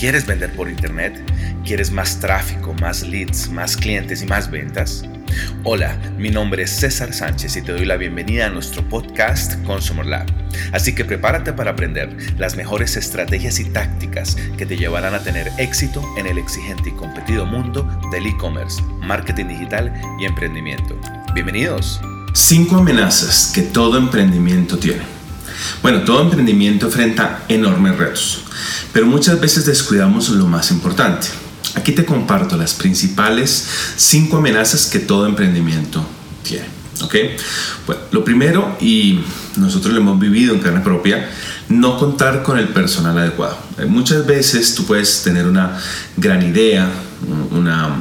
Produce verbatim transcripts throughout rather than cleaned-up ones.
¿Quieres vender por internet? ¿Quieres más tráfico, más leads, más clientes y más ventas? Hola, mi nombre es César Sánchez y te doy la bienvenida a nuestro podcast Consumer Lab. Así que prepárate para aprender las mejores estrategias y tácticas que te llevarán a tener éxito en el exigente y competido mundo del e-commerce, marketing digital y emprendimiento. ¡Bienvenidos! Cinco amenazas que todo emprendimiento tiene. Bueno, todo emprendimiento enfrenta enormes retos, pero muchas veces descuidamos lo más importante. Aquí te comparto las principales cinco amenazas que todo emprendimiento tiene. ¿Ok? Bueno, lo primero, y nosotros lo hemos vivido en carne propia, no contar con el personal adecuado. Muchas veces tú puedes tener una gran idea, una...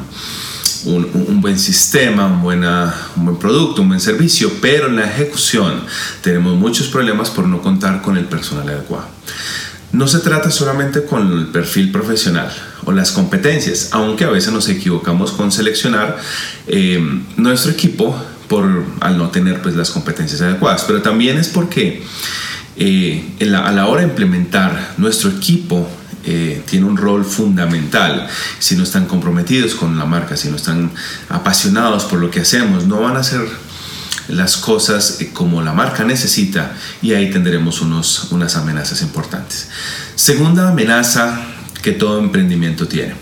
Un, un buen sistema, un, buena, un buen producto, un buen servicio, pero en la ejecución tenemos muchos problemas por no contar con el personal adecuado. No se trata solamente con el perfil profesional o las competencias, aunque a veces nos equivocamos con seleccionar eh, nuestro equipo por, al no tener pues, las competencias adecuadas, pero también es porque eh, en la, a la hora de implementar nuestro equipo Eh, tiene un rol fundamental. Si no están comprometidos con la marca, si no están apasionados por lo que hacemos, no van a hacer las cosas como la marca necesita, y ahí tendremos unos, unas amenazas importantes. Segunda amenaza que todo emprendimiento tiene: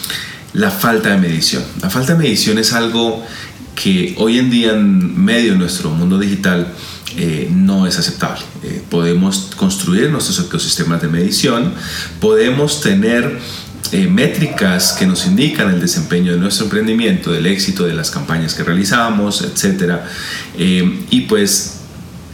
la falta de medición. La falta de medición es algo que hoy en día, en medio de nuestro mundo digital, Eh, no es aceptable. Eh, podemos construir nuestros ecosistemas de medición, podemos tener eh, métricas que nos indican el desempeño de nuestro emprendimiento, del éxito de las campañas que realizamos, etcétera. Eh, y pues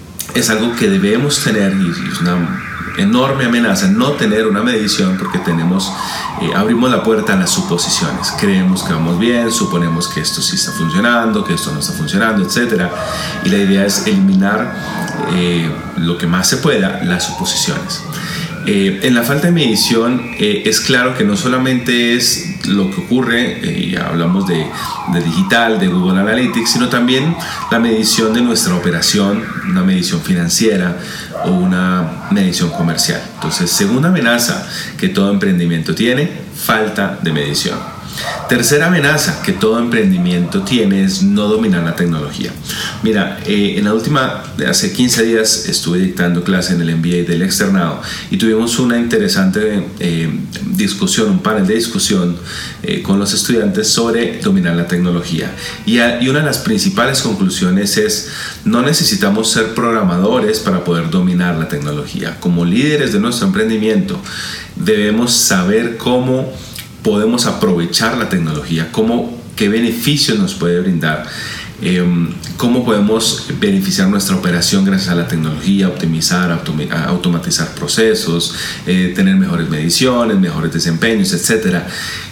es algo que debemos tener, y es una enorme amenaza no tener una medición, porque tenemos eh, abrimos la puerta a las suposiciones. Creemos que vamos bien, suponemos que esto sí está funcionando, que esto no está funcionando, etcétera. Y la idea es eliminar eh, lo que más se pueda las suposiciones. Eh, en la falta de medición eh, es claro que no solamente es lo que ocurre, eh, ya hablamos de, de digital, de Google Analytics, sino también la medición de nuestra operación, una medición financiera o una medición comercial. Entonces, segunda amenaza que todo emprendimiento tiene: falta de medición. Tercera amenaza que todo emprendimiento tiene es no dominar la tecnología. Mira, eh, en la última, hace quince días estuve dictando clase en el M B A del externado y tuvimos una interesante eh, discusión, un panel de discusión eh, con los estudiantes sobre dominar la tecnología. Y, a, y una de las principales conclusiones es: no necesitamos ser programadores para poder dominar la tecnología. Como líderes de nuestro emprendimiento debemos saber cómo podemos aprovechar la tecnología, cómo, qué beneficios nos puede brindar, eh, cómo podemos beneficiar nuestra operación gracias a la tecnología, optimizar, autom- automatizar procesos, eh, tener mejores mediciones, mejores desempeños, etcétera.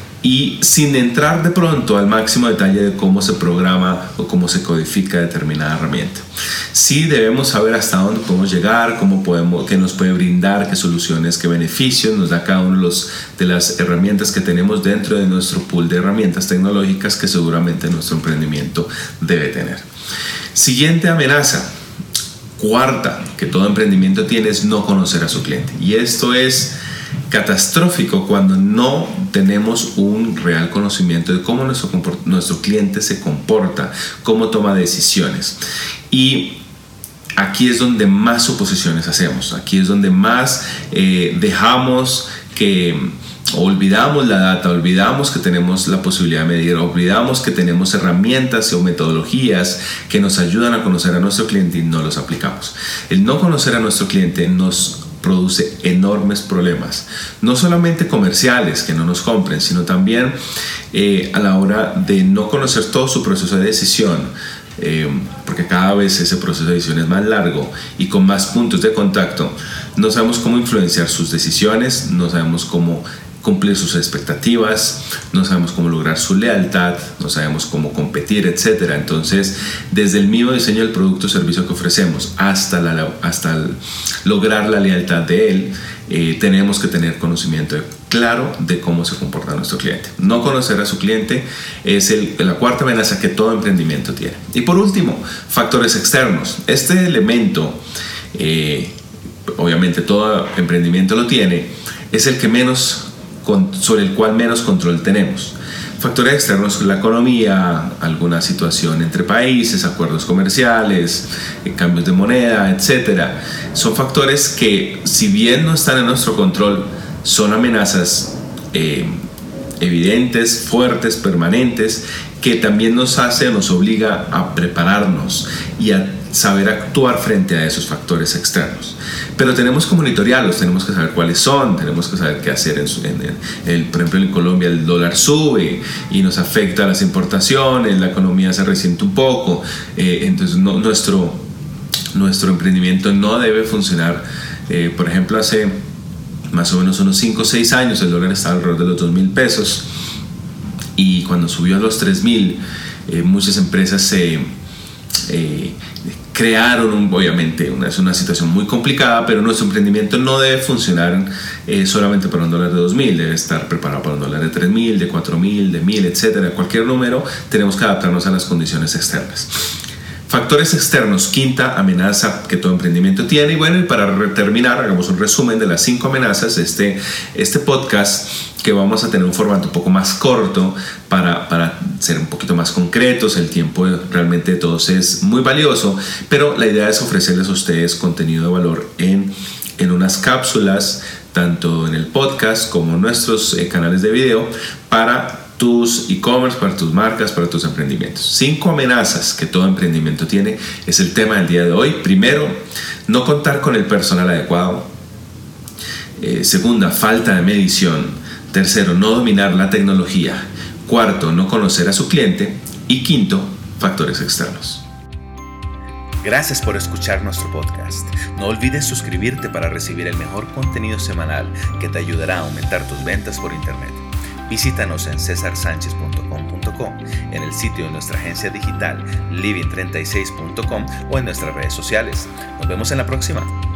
Y sin entrar de pronto al máximo detalle de cómo se programa o cómo se codifica determinada herramienta. Sí debemos saber hasta dónde podemos llegar, cómo podemos, qué nos puede brindar, qué soluciones, qué beneficios nos da cada una de, los, de las herramientas que tenemos dentro de nuestro pool de herramientas tecnológicas que seguramente nuestro emprendimiento debe tener. Siguiente amenaza, cuarta, que todo emprendimiento tiene, es no conocer a su cliente. Y esto es catastrófico cuando no tenemos un real conocimiento de cómo nuestro, nuestro cliente se comporta, cómo toma decisiones. Y aquí es donde más suposiciones hacemos, aquí es donde más eh, dejamos que olvidamos la data, olvidamos que tenemos la posibilidad de medir, olvidamos que tenemos herramientas o metodologías que nos ayudan a conocer a nuestro cliente y no los aplicamos. El no conocer a nuestro cliente nos produce enormes problemas, no solamente comerciales, que no nos compren, sino también eh, a la hora de no conocer todo su proceso de decisión, eh, porque cada vez ese proceso de decisión es más largo y con más puntos de contacto. No sabemos cómo influenciar sus decisiones, no sabemos cómo cumplir sus expectativas, no sabemos cómo lograr su lealtad, no sabemos cómo competir, etcétera. Entonces, desde el mismo diseño del producto o servicio que ofrecemos hasta, la, hasta el, lograr la lealtad de él, eh, tenemos que tener conocimiento claro de cómo se comporta nuestro cliente. No conocer a su cliente es el, la cuarta amenaza que todo emprendimiento tiene. Y por último, factores externos. Este elemento, eh, obviamente todo emprendimiento lo tiene, es el que menos con, sobre el cual menos control tenemos. Factores externos, la economía, alguna situación entre países, acuerdos comerciales, cambios de moneda, etcétera. Son factores que, si bien no están en nuestro control, son amenazas eh, evidentes, fuertes, permanentes, que también nos hace, nos obliga a prepararnos y a saber actuar frente a esos factores externos. Pero tenemos que monitorearlos, tenemos que saber cuáles son, tenemos que saber qué hacer. En, su, en el, el, por ejemplo, en Colombia el dólar sube y nos afecta a las importaciones, la economía se resiente un poco, eh, entonces no, nuestro, nuestro emprendimiento no debe funcionar. Eh, por ejemplo, hace más o menos unos cinco o seis años el dólar estaba alrededor de los dos mil pesos y cuando subió a los tres mil, eh, muchas empresas se... Eh, crearon un, obviamente una, es una situación muy complicada, pero nuestro emprendimiento no debe funcionar eh, solamente para un dólar de dos mil, debe estar preparado para un dólar de tres mil, de cuatro mil, de mil, etcétera. Cualquier número tenemos que adaptarnos a las condiciones externas. Factores externos, quinta amenaza que todo emprendimiento tiene. Y bueno, y para terminar, hagamos un resumen de las cinco amenazas. Este, este podcast, que vamos a tener un formato un poco más corto para, para ser un poquito más concretos. El tiempo realmente de todos es muy valioso, pero la idea es ofrecerles a ustedes contenido de valor en, en unas cápsulas, tanto en el podcast como en nuestros eh, canales de video, para tus e-commerce, para tus marcas, para tus emprendimientos. Cinco amenazas que todo emprendimiento tiene es el tema del día de hoy. Primero, no contar con el personal adecuado. Eh, segunda, falta de medición. Tercero, no dominar la tecnología. Cuarto, no conocer a su cliente. Y quinto, factores externos. Gracias por escuchar nuestro podcast. No olvides suscribirte para recibir el mejor contenido semanal que te ayudará a aumentar tus ventas por internet. Visítanos en cesar sánchez punto com punto co, en el sitio de nuestra agencia digital living treinta y seis punto com o en nuestras redes sociales. Nos vemos en la próxima.